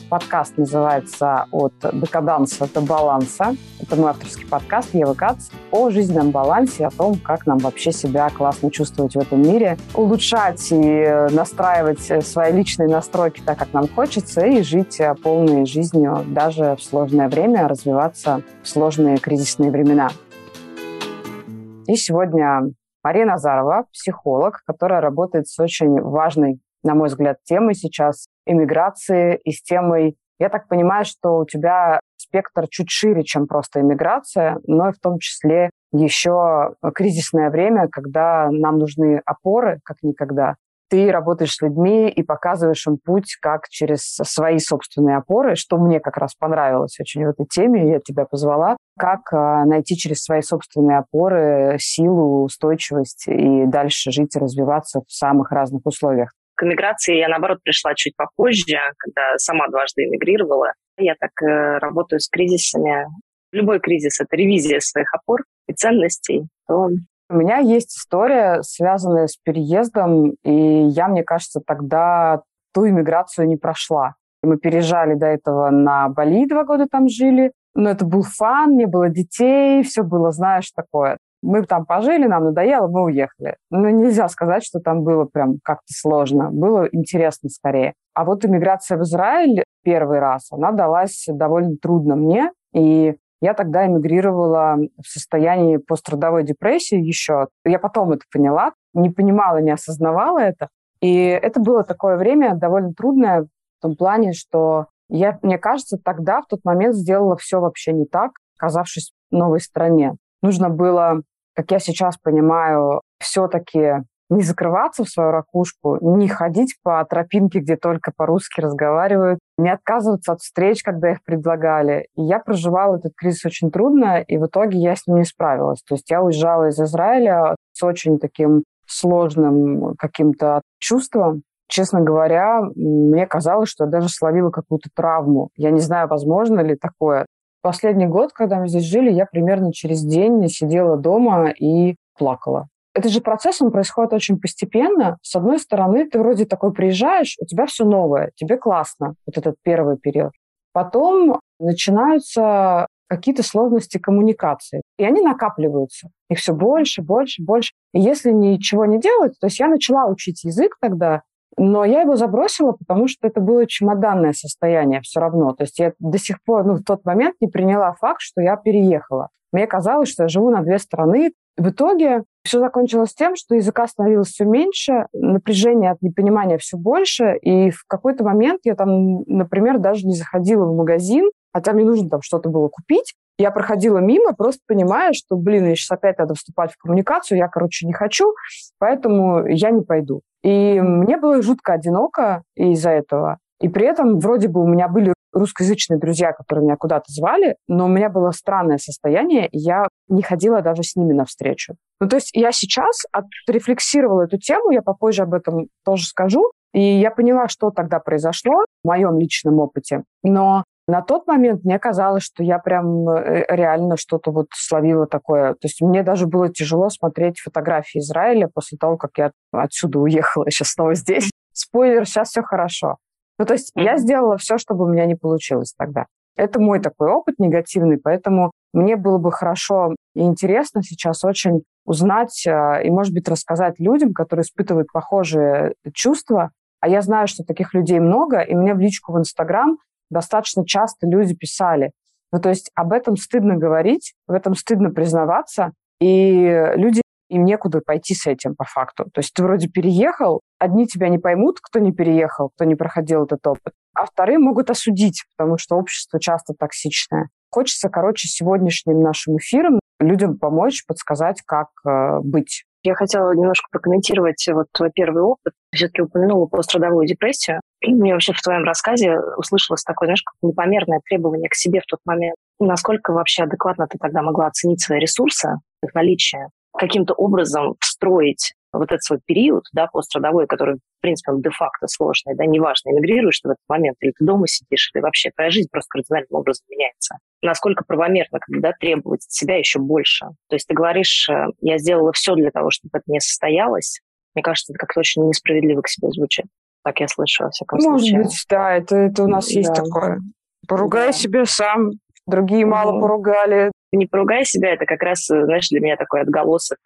Подкаст называется «От декаданса до баланса». Это мой авторский подкаст «Ева Кац» о жизненном балансе, о том, как нам вообще себя классно чувствовать в этом мире, улучшать и настраивать свои личные настройки так, как нам хочется, и жить полной жизнью даже в сложное время, развиваться в сложные кризисные времена. И сегодня Мария Назарова, психолог, которая работает с очень важной, на мой взгляд, темой сейчас эмиграции и с темой, я так понимаю, что у тебя спектр чуть шире, чем просто эмиграция, но и в том числе еще кризисное время, когда нам нужны опоры, как никогда. Ты работаешь с людьми и показываешь им путь, как через свои собственные опоры, что мне как раз понравилось очень в этой теме, я тебя позвала, как найти через свои собственные опоры силу, устойчивость и дальше жить и развиваться в самых разных условиях. К эмиграции я, наоборот, пришла чуть попозже, когда сама дважды эмигрировала. Я так работаю с кризисами. Любой кризис – это ревизия своих опор и ценностей. У меня есть история, связанная с переездом, и я, мне кажется, тогда ту эмиграцию не прошла. Мы переезжали до этого на Бали, 2 года там жили, но это был фан, не было детей, все было, знаешь, такое. Мы там пожили, нам надоело, мы уехали. Но нельзя сказать, что там было прям как-то сложно. Было интересно скорее. А вот эмиграция в Израиль первый раз, она далась довольно трудно мне, и я тогда эмигрировала в состоянии посттрудовой депрессии еще. Я потом это поняла, не понимала, не осознавала это. И это было такое время довольно трудное в том плане, что я, мне кажется, тогда, в тот момент сделала все вообще не так, оказавшись в новой стране. Нужно было, как я сейчас понимаю, все-таки не закрываться в свою ракушку, не ходить по тропинке, где только по-русски разговаривают, не отказываться от встреч, когда их предлагали. И я проживала этот кризис очень трудно, и в итоге я с ним не справилась. То есть я уезжала из Израиля с очень таким сложным каким-то чувством. Честно говоря, мне казалось, что я даже словила какую-то травму. Я не знаю, возможно ли такое. Последний год, когда мы здесь жили, я примерно через день сидела дома и плакала. Этот же процесс, он происходит очень постепенно. С одной стороны, ты вроде такой приезжаешь, у тебя все новое, тебе классно, вот этот первый период. Потом начинаются какие-то сложности коммуникации, и они накапливаются. Их все больше, больше, больше. И если ничего не делать, то есть я начала учить язык тогда, но я его забросила, потому что это было чемоданное состояние все равно. То есть я до сих пор, в тот момент не приняла факт, что я переехала. Мне казалось, что я живу на 2 страны. В итоге все закончилось тем, что языка становилось все меньше, напряжение от непонимания все больше, и в какой-то момент я там, например, даже не заходила в магазин, хотя мне нужно там что-то было купить. Я проходила мимо, просто понимая, что, я сейчас опять надо вступать в коммуникацию, я, не хочу, поэтому я не пойду. И мне было жутко одиноко из-за этого. И при этом вроде бы у меня были русскоязычные друзья, которые меня куда-то звали, но у меня было странное состояние, и я не ходила даже с ними навстречу. То есть я сейчас отрефлексировала эту тему, я попозже об этом тоже скажу, и я поняла, что тогда произошло в моем личном опыте. Но на тот момент мне казалось, что я прям реально что-то словила такое. То есть мне даже было тяжело смотреть фотографии Израиля после того, как я отсюда уехала, я сейчас снова здесь. Спойлер, сейчас все хорошо. То есть я сделала все, чтобы у меня не получилось тогда. Это мой такой опыт негативный, поэтому мне было бы хорошо и интересно сейчас очень узнать и, может быть, рассказать людям, которые испытывают похожие чувства. А я знаю, что таких людей много, и мне в личку в Инстаграм достаточно часто люди писали. То есть об этом стыдно говорить, в этом стыдно признаваться, и люди, им некуда пойти с этим по факту. То есть ты вроде переехал, одни тебя не поймут, кто не переехал, кто не проходил этот опыт, а вторые могут осудить, потому что общество часто токсичное. Хочется, сегодняшним нашим эфиром людям помочь, подсказать, как быть. Я хотела немножко прокомментировать твой первый опыт. Все-таки упомянула посттрудовую депрессию. И мне вообще в твоем рассказе услышалось такое, как непомерное требование к себе в тот момент. Насколько вообще адекватно ты тогда могла оценить свои ресурсы, их наличие, каким-то образом встроить этот свой период, посттрудовой, который, в принципе, он де-факто сложный, неважно, эмигрируешь ты в этот момент, или ты дома сидишь, или вообще твоя жизнь просто кардинальным образом меняется. Насколько правомерно, требовать от себя еще больше. То есть ты говоришь, я сделала все для того, чтобы это не состоялось. Мне кажется, это как-то очень несправедливо к себе звучит. так я слышу, во всяком Может случае. быть, да, это у нас есть такое. Поругай себя сам, другие мало поругали. Не поругай себя, это как раз, знаешь, для меня такой отголосок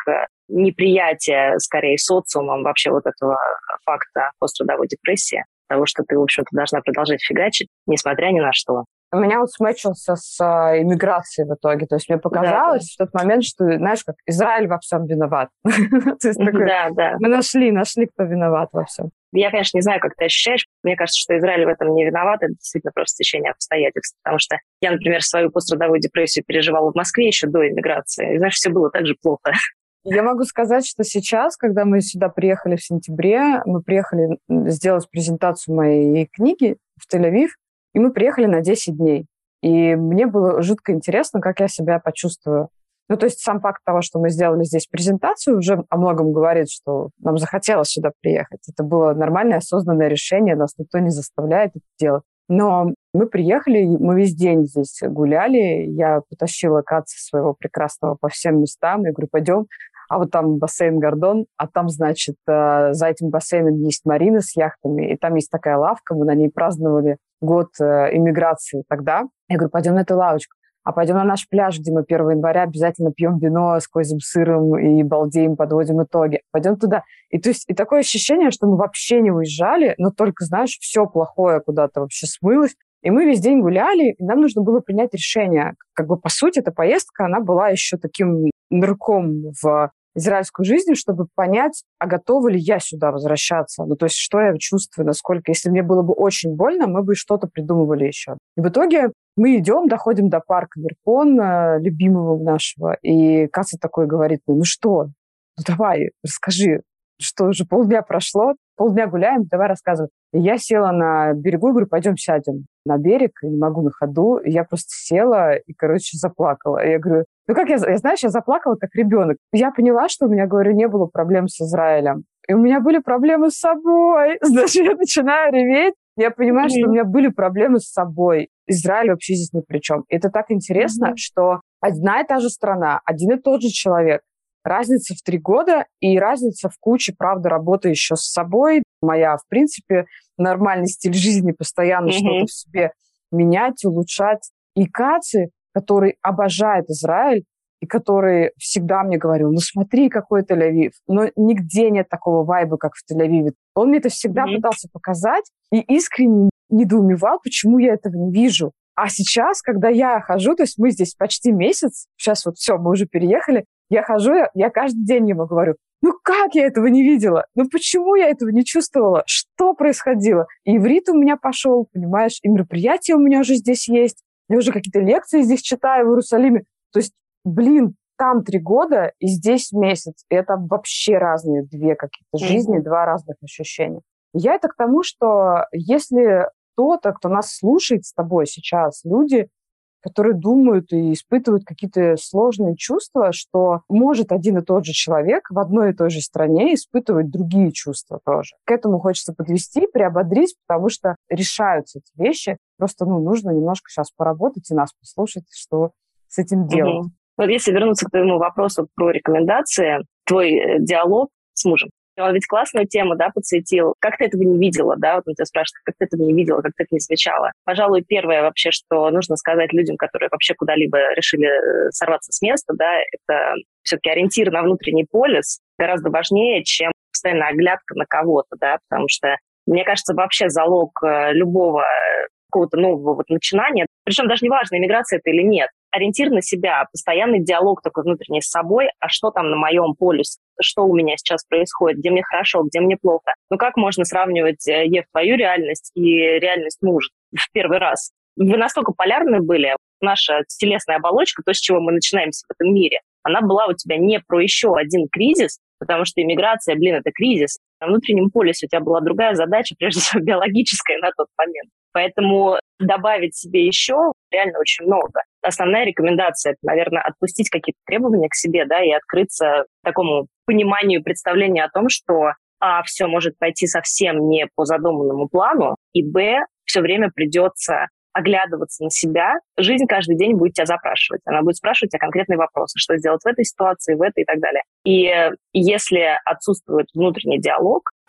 неприятия, скорее, социумом вообще вот этого факта пострадовой депрессии, того, что ты, в общем-то, должна продолжать фигачить, несмотря ни на что. У меня вот смэчился с иммиграцией в итоге. То есть мне показалось в тот момент, что, знаешь, как Израиль во всем виноват. То есть мы нашли, кто виноват во всем. Я, конечно, не знаю, как ты ощущаешь. Мне кажется, что Израиль в этом не виноват. Это действительно просто стечение обстоятельств. Потому что я, например, свою пострадовую депрессию переживала в Москве еще до иммиграции. И, знаешь, все было так же плохо. Я могу сказать, что сейчас, когда мы сюда приехали в сентябре, мы приехали сделать презентацию моей книги в Тель-Авив, и мы приехали на 10 дней. И мне было жутко интересно, как я себя почувствую. Ну, то есть сам факт того, что мы сделали здесь презентацию, уже о многом говорит, что нам захотелось сюда приехать. Это было нормальное, осознанное решение, нас никто не заставляет это делать. Но мы приехали, мы весь день здесь гуляли, я потащила Каца своего прекрасного по всем местам, я говорю, пойдем. А вот там бассейн Гордон, а там, значит, за этим бассейном есть марина с яхтами, и там есть такая лавка, мы на ней праздновали год иммиграции тогда. Я говорю, пойдем на эту лавочку, а пойдем на наш пляж, где мы 1 января обязательно пьем вино с козьим сыром и балдеем, подводим итоги. Пойдем туда. И, то есть, и такое ощущение, что мы вообще не уезжали, но только, знаешь, все плохое куда-то вообще смылось. И мы весь день гуляли, и нам нужно было принять решение. Как бы, по сути, эта поездка, она была еще таким нырком в израильскую жизнь, чтобы понять, а готова ли я сюда возвращаться. Ну, то есть, что я чувствую, насколько... Если мне было бы очень больно, мы бы что-то придумывали еще. И в итоге мы идем, доходим до парка Верпон, любимого нашего, и Катя такой говорит, ну что, ну давай, расскажи, что уже полдня прошло, полдня гуляем, давай рассказывай. И я села на берегу и говорю, пойдем сядем на берег, не могу на ходу. И я просто села и, короче, заплакала. И я говорю, ну как знаешь, я заплакала как ребенок. Я поняла, что у меня, говорю, не было проблем с Израилем. И у меня были проблемы с собой. Значит, я начинаю реветь. Я понимаю, что у меня были проблемы с собой. Израиль вообще здесь ни при чем. И это так интересно, что одна и та же страна, один и тот же человек, разница в 3 года и разница в куче, правда, работы еще с собой. Моя, в принципе, нормальный стиль жизни, постоянно что-то в себе менять, улучшать. И Каци, который обожает Израиль, и который всегда мне говорил, ну смотри, какой Тель-Авив. Но нигде нет такого вайба, как в Тель-Авиве. Он мне это всегда пытался показать и искренне недоумевал, почему я этого не вижу. А сейчас, когда я хожу, то есть мы здесь почти месяц, сейчас вот все, мы уже переехали, я хожу, я каждый день ему говорю, ну как я этого не видела? Ну почему я этого не чувствовала? Что происходило? И иврит у меня пошел, понимаешь, и мероприятия у меня уже здесь есть, я уже какие-то лекции здесь читаю в Иерусалиме. То есть, блин, там 3 года и здесь месяц. И это вообще разные 2 какие-то жизни, 2 разных ощущения. Я это к тому, что если кто-то, кто нас слушает с тобой сейчас, люди, которые думают и испытывают какие-то сложные чувства, что может один и тот же человек в одной и той же стране испытывать другие чувства тоже. К этому хочется подвести, приободрить, потому что решаются эти вещи. Просто нужно немножко сейчас поработать и нас послушать, что с этим делать. Вот если вернуться к твоему вопросу про рекомендации, твой диалог с мужем. Он ведь классную тему, да, подсветил. Как ты этого не видела, да? Вот он тебя спрашивает, как ты этого не видела, как ты это не замечала. Пожалуй, первое вообще, что нужно сказать людям, которые вообще куда-либо решили сорваться с места, да, это все-таки ориентир на внутренний полис гораздо важнее, чем постоянная оглядка на кого-то, да, потому что, мне кажется, вообще залог любого какого-то нового вот начинания, причем даже неважно, иммиграция это или нет, ориентир на себя, постоянный диалог такой внутренний с собой, а что там на моем полюсе, что у меня сейчас происходит, где мне хорошо, где мне плохо. Ну как можно сравнивать, Ев, твою реальность и реальность мужа в первый раз? Вы настолько полярны были, наша телесная оболочка, то, с чего мы начинаемся в этом мире, она была у тебя не про еще один кризис, потому что иммиграция, это кризис. На внутреннем полюсе у тебя была другая задача, прежде всего биологическая на тот момент. Поэтому добавить себе еще реально очень много. Основная рекомендация – это, наверное, отпустить какие-то требования к себе, да, и открыться такому пониманию, представлению о том, что все может пойти совсем не по задуманному плану, и все время придется оглядываться на себя. Жизнь каждый день будет тебя запрашивать. Она будет спрашивать тебя конкретные вопросы, что сделать в этой ситуации, в этой и так далее. И если отсутствует внутренний диалог,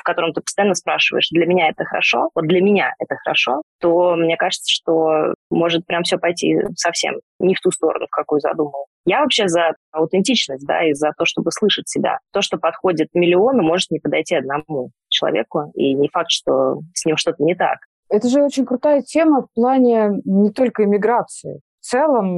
в котором ты постоянно спрашиваешь, для меня это хорошо, вот для меня это хорошо, то мне кажется, что может прям все пойти совсем не в ту сторону, в какую задумал. Я вообще за аутентичность, да, и за то, чтобы слышать себя. То, что подходит миллиону, может не подойти одному человеку, и не факт, что с ним что-то не так. Это же очень крутая тема в плане не только иммиграции. В целом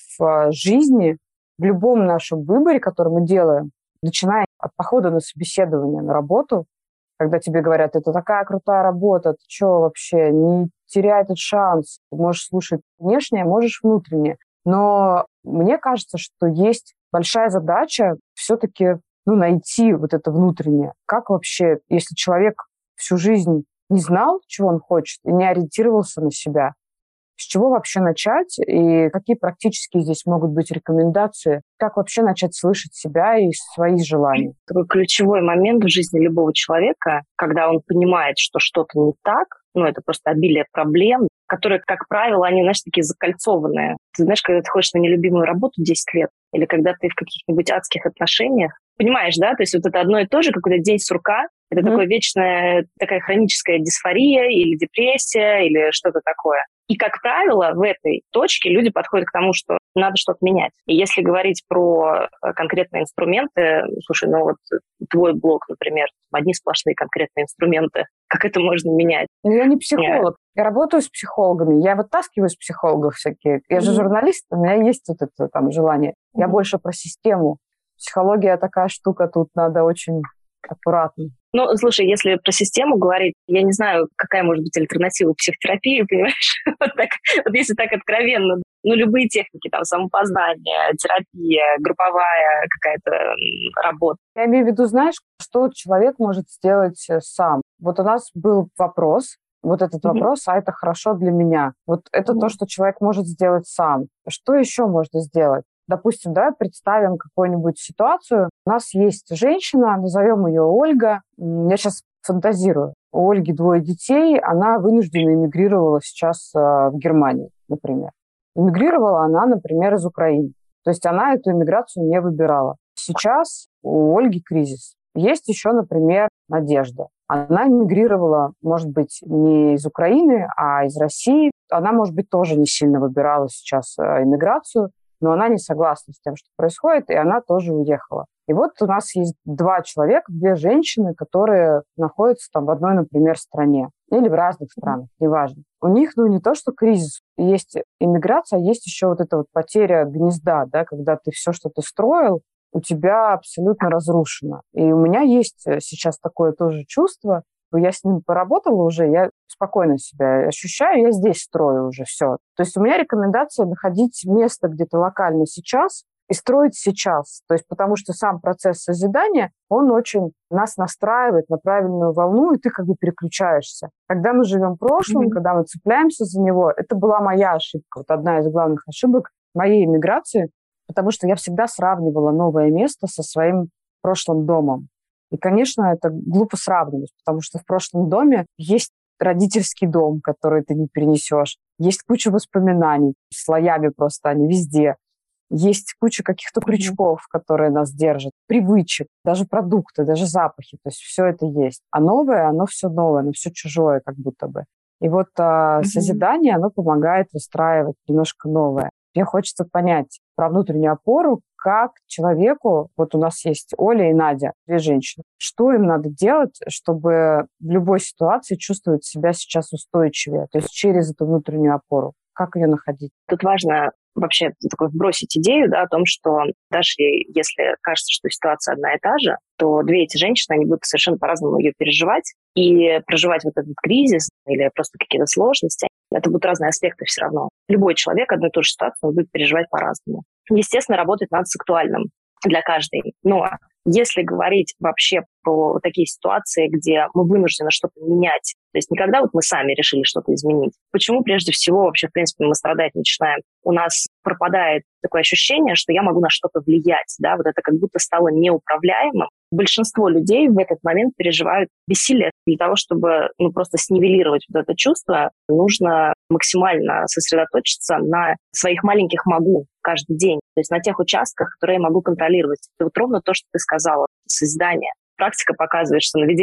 в жизни, в любом нашем выборе, который мы делаем, начиная от похода на собеседование на работу, когда тебе говорят, это такая крутая работа, ты что вообще, не теряй этот шанс, ты можешь слушать внешнее, можешь внутреннее. Но мне кажется, что есть большая задача все-таки найти вот это внутреннее. Как вообще, если человек всю жизнь не знал, чего он хочет, и не ориентировался на себя, с чего вообще начать, и какие практически здесь могут быть рекомендации, как вообще начать слышать себя и свои желания? Такой ключевой момент в жизни любого человека, когда он понимает, что что-то не так, это просто обилие проблем, которые, как правило, они, знаешь, такие закольцованные. Ты знаешь, когда ты ходишь на нелюбимую работу 10 лет, или когда ты в каких-нибудь адских отношениях, понимаешь, да, то есть вот это одно и то же, какой-то день сурка, это такое вечная такая хроническая дисфория или депрессия, или что-то такое. И, как правило, в этой точке люди подходят к тому, что надо что-то менять. И если говорить про конкретные инструменты, слушай, вот твой блог, например, одни сплошные конкретные инструменты, как это можно менять? Я не психолог. Я работаю с психологами. Я вытаскиваю из психологов всякие. Я же журналист, у меня есть вот это там желание. Я больше про систему. Психология такая штука, тут надо очень аккуратно. Слушай, если про систему говорить, я не знаю, какая может быть альтернатива психотерапии, понимаешь? Вот если так откровенно. Любые техники, там, самопознание, терапия, групповая какая-то работа. Я имею в виду, знаешь, что человек может сделать сам. Вот у нас был вопрос, вот этот вопрос, а это хорошо для меня. Вот это то, что человек может сделать сам. Что еще можно сделать? Допустим, давай представим какую-нибудь ситуацию. У нас есть женщина, назовем ее Ольга. Я сейчас фантазирую. У Ольги 2 детей, она вынуждена эмигрировала сейчас в Германию, например. Эмигрировала она, например, из Украины. То есть она эту эмиграцию не выбирала. Сейчас у Ольги кризис. Есть еще, например, Надежда. Она эмигрировала, может быть, не из Украины, а из России. Она, может быть, тоже не сильно выбирала сейчас эмиграцию, но она не согласна с тем, что происходит, и она тоже уехала. И вот у нас есть 2 человека, 2 женщины, которые находятся там в одной, например, стране или в разных странах, неважно. У них, не то, что кризис, есть иммиграция, а есть еще вот эта вот потеря гнезда, да, когда ты все, что ты строил, у тебя абсолютно разрушено. И у меня есть сейчас такое тоже чувство, я с ним поработала уже, я спокойно себя ощущаю, я здесь строю уже все. То есть у меня рекомендация находить место где-то локально сейчас и строить сейчас. То есть потому что сам процесс созидания, он очень нас настраивает на правильную волну, и ты как бы переключаешься. Когда мы живем в прошлом, когда мы цепляемся за него, это была моя ошибка. Вот одна из главных ошибок моей эмиграции, потому что я всегда сравнивала новое место со своим прошлым домом. И, конечно, это глупо сравнивать, потому что в прошлом доме есть родительский дом, который ты не перенесешь. Есть куча воспоминаний, слоями просто они везде. Есть куча каких-то крючков, которые нас держат, привычек, даже продукты, даже запахи. То есть все это есть. А новое, оно все новое, оно все чужое как будто бы. И вот созидание, оно помогает выстраивать немножко новое. Мне хочется понять про внутреннюю опору, как человеку, вот у нас есть Оля и Надя, 2 женщины, что им надо делать, чтобы в любой ситуации чувствовать себя сейчас устойчивее, то есть через эту внутреннюю опору. Как ее находить? Тут важно вообще такой вбросить идею, да, о том, что даже если кажется, что ситуация одна и та же, то 2 эти женщины, они будут совершенно по-разному ее переживать, и проживать вот этот кризис или просто какие-то сложности, это будут разные аспекты все равно. Любой человек одну и ту же ситуацию будет переживать по-разному. Естественно, работать надо с актуальным для каждой. Но если говорить вообще про такие ситуации, где мы вынуждены что-то менять, то есть не когда вот мы сами решили что-то изменить. Почему прежде всего вообще, в принципе, мы страдать начинаем? У нас пропадает такое ощущение, что я могу на что-то влиять, да, вот это как будто стало неуправляемым. Большинство людей в этот момент переживают бессилие. Для того, чтобы просто снивелировать вот это чувство, нужно максимально сосредоточиться на своих маленьких «могу» каждый день, то есть на тех участках, которые я могу контролировать. И вот ровно то, что ты сказала, создание. Практика показывает, что наведение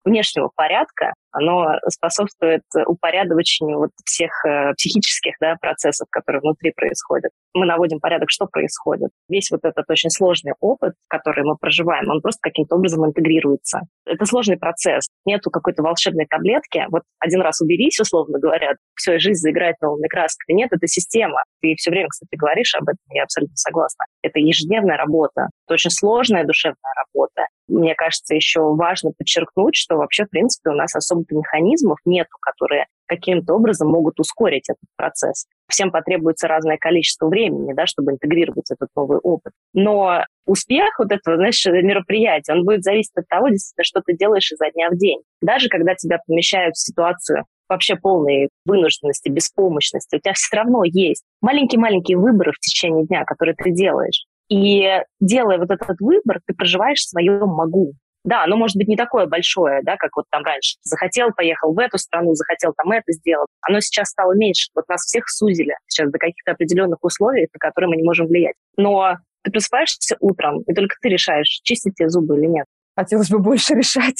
внешнего порядка, оно способствует упорядочению вот всех психических, да, процессов, которые внутри происходят. Мы наводим порядок, что происходит. Весь вот этот очень сложный опыт, который мы проживаем, он просто каким-то образом интегрируется. Это сложный процесс. Нету какой-то волшебной таблетки. Вот один раз уберись, условно говоря, все, и жизнь заиграет новыми красками. Нет, это система. Ты все время, кстати, говоришь об этом, я абсолютно согласна. Это ежедневная работа. Это очень сложная душевная работа. Мне кажется, еще важно подчеркнуть, что вообще, в принципе, у нас особо-то механизмов нету, которые каким-то образом могут ускорить этот процесс. Всем потребуется разное количество времени, да, чтобы интегрировать этот новый опыт. Но успех вот этого, знаешь, мероприятия, он будет зависеть от того, действительно, что ты делаешь изо дня в день. Даже когда тебя помещают в ситуацию вообще полной вынужденности, беспомощности, у тебя все равно есть маленькие-маленькие выборы в течение дня, которые ты делаешь. И делая вот этот выбор, ты проживаешь свое «могу». Да, оно может быть не такое большое, да, как вот там раньше. Захотел, поехал в эту страну, захотел там это сделать. Оно сейчас стало меньше. Вот нас всех сузили сейчас до каких-то определенных условий, на которые мы не можем влиять. Но ты просыпаешься утром, и только ты решаешь, чистить тебе зубы или нет. Хотелось бы больше решать.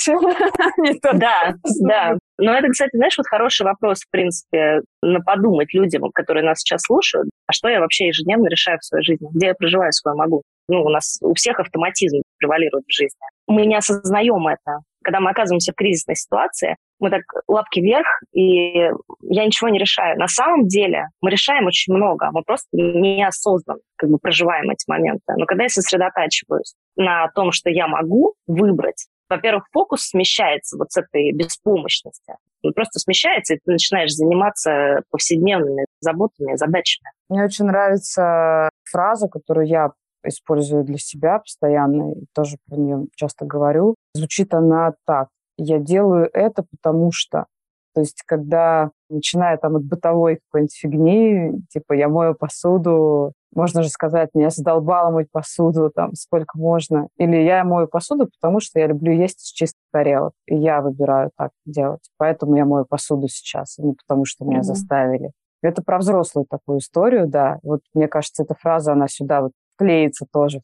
Да, да. Но это, кстати, знаешь, вот хороший вопрос, в принципе, на подумать людям, которые нас сейчас слушают, а что я вообще ежедневно решаю в своей жизни, где я проживаю свое «могу». У нас у всех автоматизм превалирует в жизни. Мы не осознаем это. Когда мы оказываемся в кризисной ситуации, мы так лапки вверх, и я ничего не решаю. На самом деле мы решаем очень много, мы просто неосознанно проживаем эти моменты. Но когда я сосредотачиваюсь на том, что я могу выбрать, во-первых, фокус смещается вот с этой беспомощности. Он просто смещается, и ты начинаешь заниматься повседневными заботами, задачами. Мне очень нравится фраза, которую я использую для себя постоянно, и тоже про нее часто говорю. Звучит она так: я делаю это, потому что... То есть, когда, начиная там от бытовой какой-нибудь фигни, типа я мою посуду, можно же сказать, меня задолбало мыть посуду, там, сколько можно. Или я мою посуду, потому что я люблю есть из чистых тарелок, и я выбираю так делать. Поэтому я мою посуду сейчас, а не потому что меня заставили. Это про взрослую такую историю, да. Вот мне кажется, эта фраза, она сюда вот клеится тоже.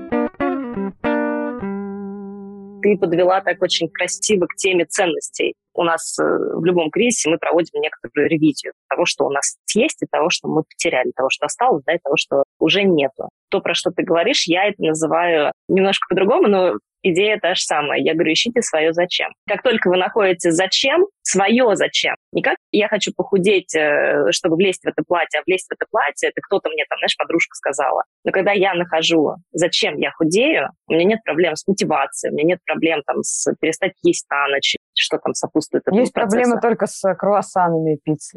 Ты подвела так очень красиво к теме ценностей. У нас в любом кризисе мы проводим некоторую ревизию того, что у нас есть, и того, что мы потеряли, того, что осталось, да, и того, что уже нету. То, про что ты говоришь, я это называю немножко по-другому, но идея та же самая. Я говорю, ищите свое зачем. Как только вы находите зачем, свое зачем. Не как я хочу похудеть, чтобы влезть в это платье, а влезть в это платье, это кто-то мне там, знаешь, подружка сказала. Но когда я нахожу, зачем я худею, у меня нет проблем с мотивацией, у меня нет проблем там с перестать есть на ночь, что там сопутствует этому Есть процессу. проблемы только с круассанами и пиццей.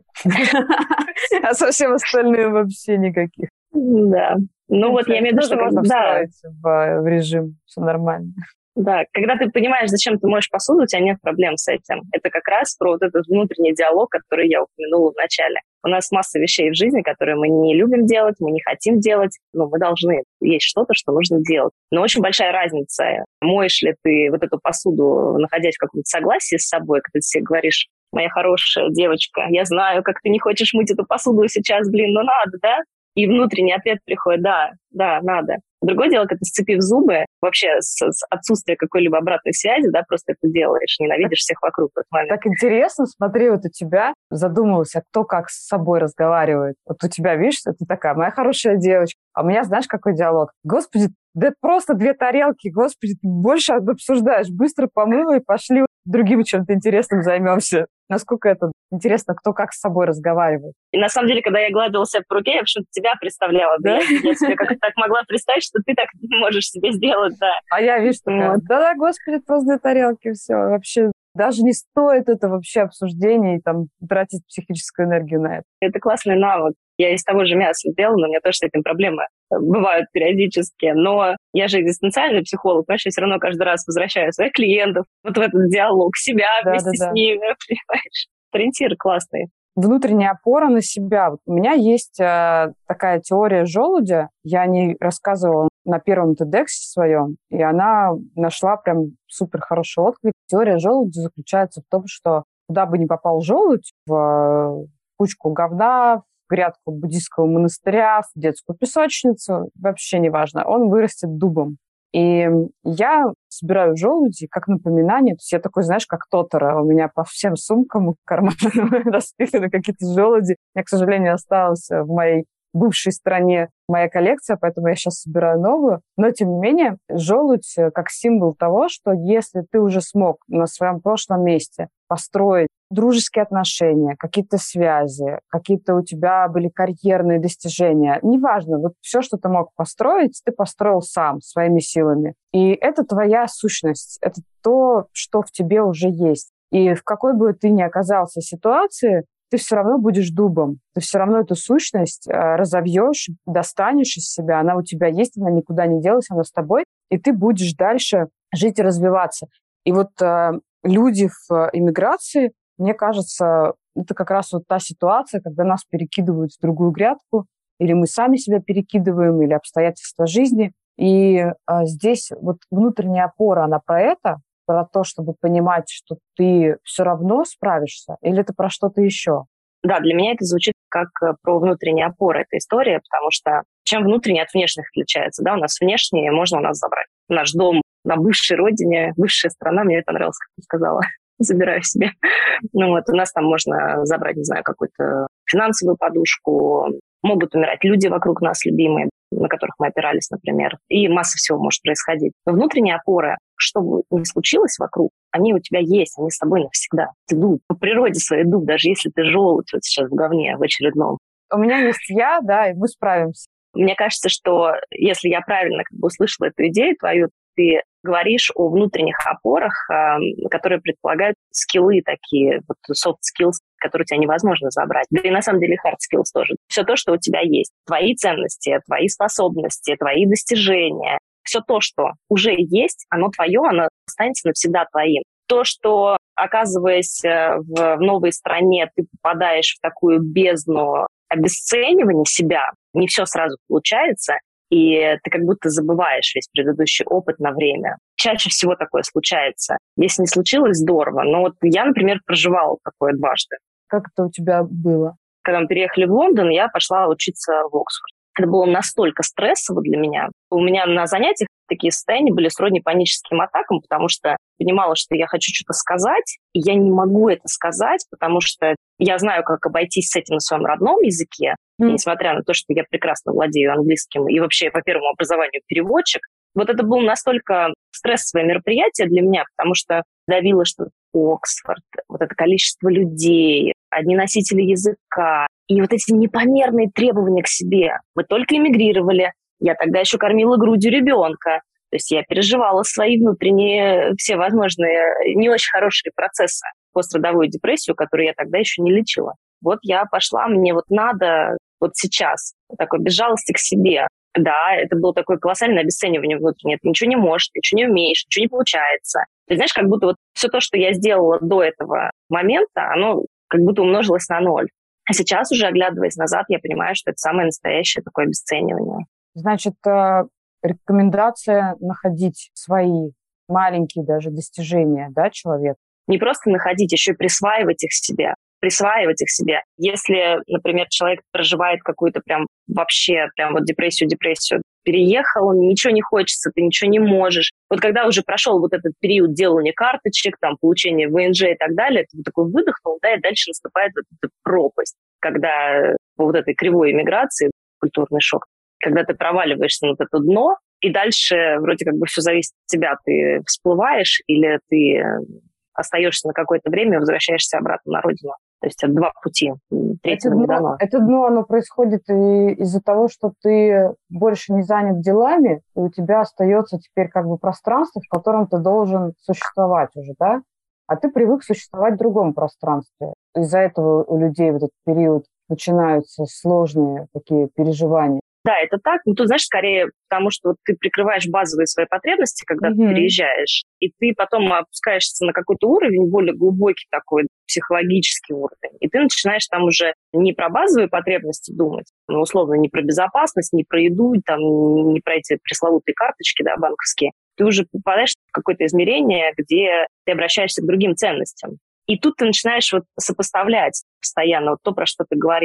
А со всем остальным вообще никаких. Да. Ну вот я имею в виду, что... можно встроить в режим, все нормально. Да, когда ты понимаешь, зачем ты моешь посуду, у тебя нет проблем с этим. Это как раз про вот этот внутренний диалог, который я упомянула в начале. У нас масса вещей в жизни, которые мы не любим делать, мы не хотим делать, но мы должны. Есть что-то, что нужно делать. Но очень большая разница, моешь ли ты вот эту посуду, находясь в каком-то согласии с собой, когда ты себе говоришь: моя хорошая девочка, я знаю, как ты не хочешь мыть эту посуду сейчас, но надо, да? И внутренний ответ приходит: да, надо. Другое дело, когда, сцепив зубы, вообще с отсутствия какой-либо обратной связи, да, просто это делаешь, ненавидишь всех вокруг в этот момент. Так интересно, смотри, вот у тебя задумалась, а кто как с собой разговаривает. Вот у тебя, видишь, ты такая: моя хорошая девочка. А у меня, знаешь, какой диалог? Господи, да это просто 2 тарелки, господи, ты больше обсуждаешь. Быстро помыла и пошли другим чем-то интересным займемся. Насколько это интересно, кто как с собой разговаривает. И на самом деле, когда я гладила себя по руке, я почему-то тебя представляла. Да? Я себе как-то так могла представить, что ты так можешь себе сделать, да. А я, видишь, такая: вот. Да, господи, просто 2 тарелки, все. Вообще даже не стоит это вообще обсуждение и там тратить психическую энергию на это. Это классный навык. Я из того же мяса сделана, у меня тоже с этим проблемы бывают периодически, но я же экзистенциальный психолог, понимаешь, я все равно каждый раз возвращаю своих клиентов вот в этот диалог, себя вместе с ними, понимаешь. Ориентир классный. Внутренняя опора на себя. У меня есть такая теория желудя, я о ней рассказывала на первом TEDx своем, и она нашла прям супер хороший отклик. Теория желудя заключается в том, что куда бы ни попал желудь, в кучку говна, в грядку буддийского монастыря, в детскую песочницу, вообще неважно, он вырастет дубом. И я собираю желуди как напоминание. То есть я такой, знаешь, как Тотора. У меня по всем сумкам, карманам распиханы какие-то желуди. У меня, к сожалению, осталось в моей бывшей стране моя коллекция, поэтому я сейчас собираю новую. Но, тем не менее, желудь как символ того, что если ты уже смог на своем прошлом месте построить дружеские отношения, какие-то связи, какие-то у тебя были карьерные достижения, неважно, вот все, что ты мог построить, ты построил сам, своими силами. И это твоя сущность, это то, что в тебе уже есть. И в какой бы ты ни оказался ситуации, ты все равно будешь дубом, ты все равно эту сущность разовьешь, достанешь из себя, она у тебя есть, она никуда не делась, она с тобой, и ты будешь дальше жить и развиваться. И вот люди в иммиграции, мне кажется, это как раз вот та ситуация, когда нас перекидывают в другую грядку, или мы сами себя перекидываем, или обстоятельства жизни. И здесь вот внутренняя опора, она про то, чтобы понимать, что ты все равно справишься, или это про что-то еще? Да, для меня это звучит как про внутреннюю опору, эта история, потому что чем внутренне от внешних отличается, да, у нас внешнее можно у нас забрать. Наш дом на бывшей родине, бывшая страна, мне это понравилось, как ты сказала, забираю себе. Ну вот, у нас там можно забрать, не знаю, какую-то финансовую подушку, могут умирать люди вокруг нас, любимые, на которых мы опирались, например, и масса всего может происходить. Но внутренняя опора, что бы ни случилось вокруг, они у тебя есть, они с тобой навсегда. Ты дуб, по природе своей дуб, даже если ты желудь вот сейчас в говне в очередном. У меня есть я, да, и мы справимся. Мне кажется, что если я правильно услышала эту идею твою, ты говоришь о внутренних опорах, которые предполагают скиллы такие, вот soft skills, которые у тебя невозможно забрать. Да и на самом деле hard skills тоже. Все то, что у тебя есть. Твои ценности, твои способности, твои достижения. Все то, что уже есть, оно твое, оно останется навсегда твоим. То, что, оказываясь в новой стране, ты попадаешь в такую бездну обесценивания себя, не все сразу получается, и ты как будто забываешь весь предыдущий опыт на время. Чаще всего такое случается. Если не случилось, здорово. Но вот я, например, проживала такое дважды. Как это у тебя было? Когда мы переехали в Лондон, я пошла учиться в Оксфорд. Это было настолько стрессово для меня. У меня на занятиях такие состояния были сродни паническим атакам, потому что понимала, что я хочу что-то сказать, и я не могу это сказать, потому что я знаю, как обойтись с этим на своем родном языке, несмотря на то, что я прекрасно владею английским и вообще по первому образованию переводчик. Вот это было настолько стрессовое мероприятие для меня, потому что давило, что Оксфорд, вот это количество людей, одни носители языка, и вот эти непомерные требования к себе. Мы только эмигрировали, я тогда еще кормила грудью ребенка, то есть я переживала свои внутренние, все возможные не очень хорошие процессы, пострадовую депрессию, которую я тогда еще не лечила. Вот я пошла, мне вот надо вот сейчас такой без жалости к себе. Да, это было такое колоссальное обесценивание внутреннее. Ты ничего не можешь, ты ничего не умеешь, ничего не получается. Ты знаешь, как будто вот все то, что я сделала до этого момента, оно как будто умножилось на ноль. А сейчас уже, оглядываясь назад, я понимаю, что это самое настоящее такое обесценивание. Значит, рекомендация находить свои маленькие даже достижения, да, человека? Не просто находить, еще и присваивать их себе. Присваивать их себе. Если, например, человек проживает какую-то прям вообще прям вот депрессию, переехал, ничего не хочется, ты ничего не можешь. Вот когда уже прошел вот этот период делания карточек, там, получения ВНЖ и так далее, ты такой выдохнул, да, и дальше наступает вот эта пропасть, когда по вот этой кривой эмиграции, культурный шок, когда ты проваливаешься на вот это дно, и дальше вроде как бы все зависит от тебя, ты всплываешь или ты остаешься на какое-то время и возвращаешься обратно на родину. То есть это два пути, третьего не дано. Это дно, оно происходит и из-за того, что ты больше не занят делами, и у тебя остается теперь как бы пространство, в котором ты должен существовать уже, да? А ты привык существовать в другом пространстве. Из-за этого у людей в этот период начинаются сложные такие переживания. Да, это так. Но тут, знаешь, скорее потому, что вот ты прикрываешь базовые свои потребности, когда ты переезжаешь, и ты потом опускаешься на какой-то уровень, более глубокий такой, психологический уровень. И ты начинаешь там уже не про базовые потребности думать, ну, условно, не про безопасность, не про еду, там, не про эти пресловутые карточки, да, банковские. Ты уже попадаешь в какое-то измерение, где ты обращаешься к другим ценностям. И тут ты начинаешь вот сопоставлять постоянно вот то, про что ты говорила.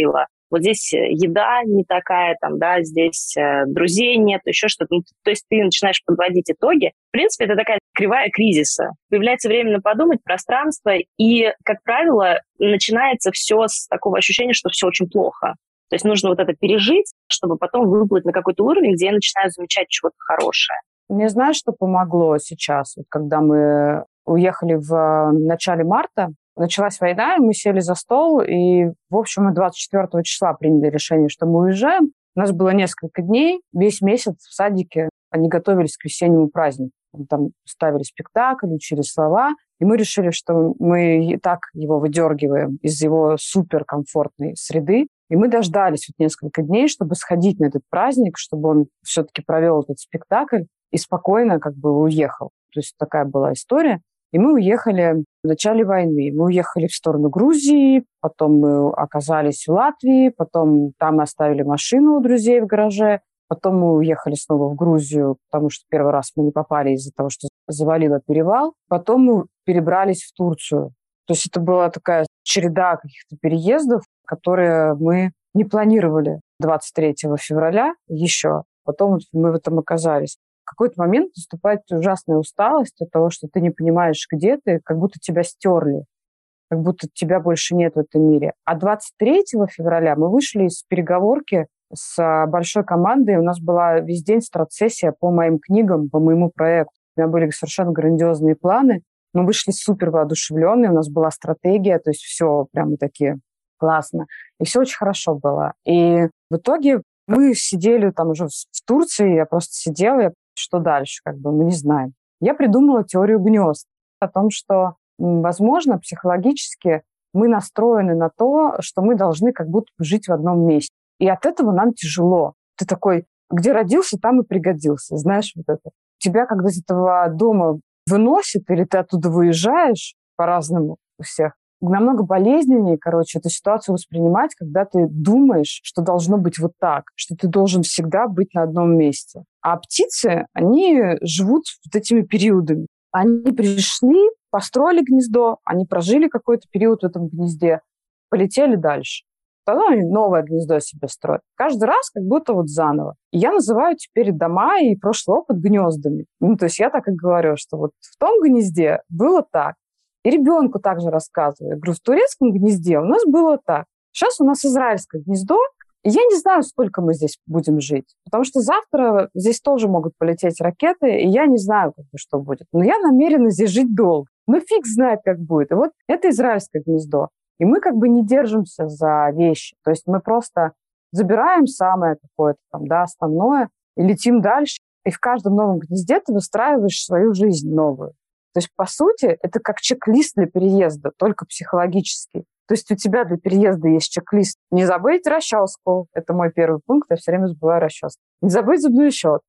вот здесь еда не такая, там, да, здесь друзей нет, еще что-то. Ну, то есть ты начинаешь подводить итоги. В принципе, это такая кривая кризиса. Появляется время на подумать, пространство, и, как правило, начинается все с такого ощущения, что все очень плохо. То есть нужно вот это пережить, чтобы потом выплыть на какой-то уровень, где я начинаю замечать чего-то хорошее. Мне знаешь, что помогло сейчас? Вот когда мы уехали в начале марта, началась война, и мы сели за стол, и, в общем, мы 24 числа приняли решение, что мы уезжаем. У нас было несколько дней, весь месяц в садике они готовились к весеннему празднику. Там ставили спектакль, учили слова, и мы решили, что мы и так его выдергиваем из его суперкомфортной среды. И мы дождались вот несколько дней, чтобы сходить на этот праздник, чтобы он все-таки провел этот спектакль и спокойно как бы уехал. То есть такая была история. И мы уехали в начале войны. Мы уехали в сторону Грузии, потом мы оказались в Латвии, потом там мы оставили машину у друзей в гараже, потом мы уехали снова в Грузию, потому что первый раз мы не попали из-за того, что завалило перевал. Потом мы перебрались в Турцию. То есть это была такая череда каких-то переездов, которые мы не планировали 23 февраля еще. Потом мы в этом оказались. В какой-то момент наступает ужасная усталость от того, что ты не понимаешь, где ты, как будто тебя стерли, как будто тебя больше нет в этом мире. А 23 февраля мы вышли из переговорки с большой командой. У нас была весь день страт-сессия по моим книгам, по моему проекту. У меня были совершенно грандиозные планы. Мы вышли супер воодушевленные, у нас была стратегия, то есть все прямо такие классно. И все очень хорошо было. И в итоге мы сидели там уже в Турции, я просто сидела, что дальше, как бы мы не знаем. Я придумала теорию гнезд о том, что, возможно, психологически мы настроены на то, что мы должны как будто бы жить в одном месте. И от этого нам тяжело. Ты такой, где родился, там и пригодился. Знаешь, вот это. Тебя, когда из этого дома выносит, или ты оттуда выезжаешь по-разному у всех, намного болезненнее, эту ситуацию воспринимать, когда ты думаешь, что должно быть вот так, что ты должен всегда быть на одном месте. А птицы, они живут вот этими периодами. Они пришли, построили гнездо, они прожили какой-то период в этом гнезде, полетели дальше. Потом они новое гнездо себе строят. Каждый раз как будто вот заново. И я называю теперь дома и прошлый опыт гнездами. То есть я так и говорю, что вот в том гнезде было так. И ребенку также рассказываю. Я говорю, в турецком гнезде у нас было так. Сейчас у нас израильское гнездо, и я не знаю, сколько мы здесь будем жить. Потому что завтра здесь тоже могут полететь ракеты, и я не знаю, что будет. Но я намерена здесь жить долго. Но фиг знает, как будет. И вот это израильское гнездо. И мы не держимся за вещи. То есть мы просто забираем самое какое-то там, да, основное, и летим дальше. И в каждом новом гнезде ты выстраиваешь свою жизнь новую. То есть, по сути, это как чек-лист для переезда, только психологический. То есть у тебя для переезда есть чек-лист. Не забыть расческу. Это мой первый пункт, я все время забываю расческу. Не забыть зубную щетку.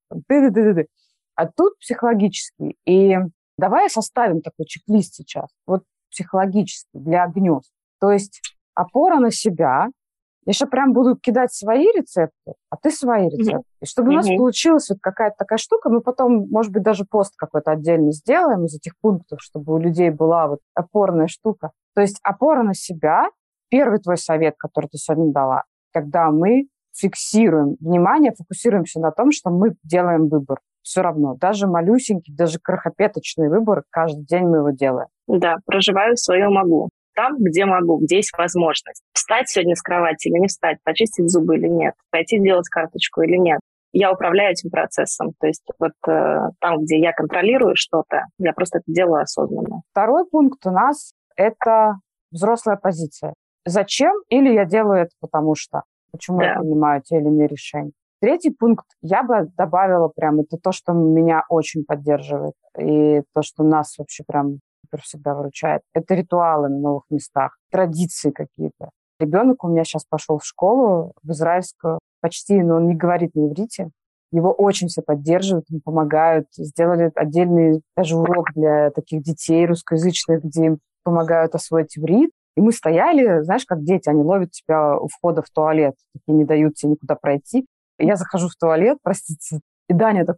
А тут психологический. И давай составим такой чек-лист сейчас. Вот психологический для гнезд. То есть опора на себя. Я еще прям буду кидать свои рецепты, а ты свои рецепты. И чтобы у нас получилась вот какая-то такая штука, мы потом, может быть, даже пост какой-то отдельно сделаем из этих пунктов, чтобы у людей была вот опорная штука. То есть опора на себя. Первый твой совет, который ты сегодня дала, когда мы фиксируем внимание, фокусируемся на том, что мы делаем выбор. Все равно. Даже малюсенький, даже крохопеточный выбор, каждый день мы его делаем. Да, проживаю свое могу. Там, где могу, где есть возможность. Встать сегодня с кровати или не встать, почистить зубы или нет, пойти делать карточку или нет. Я управляю этим процессом. То есть вот там, где я контролирую что-то, я просто это делаю осознанно. Второй пункт у нас – это взрослая позиция. Зачем? Или я делаю это потому что. Почему я принимаю те или иные решения. Третий пункт я бы добавила прям, это то, что меня очень поддерживает. И то, что нас вообще прям всегда выручает. Это ритуалы на новых местах, традиции какие-то. Ребенок у меня сейчас пошел в школу, в израильскую, почти, но он не говорит на иврите. Его очень все поддерживают, ему помогают. Сделали отдельный даже урок для таких детей русскоязычных, где им помогают освоить иврит. И мы стояли, знаешь, как дети, они ловят тебя у входа в туалет, такие не дают тебе никуда пройти. И я захожу в туалет, простите, и Даня такой: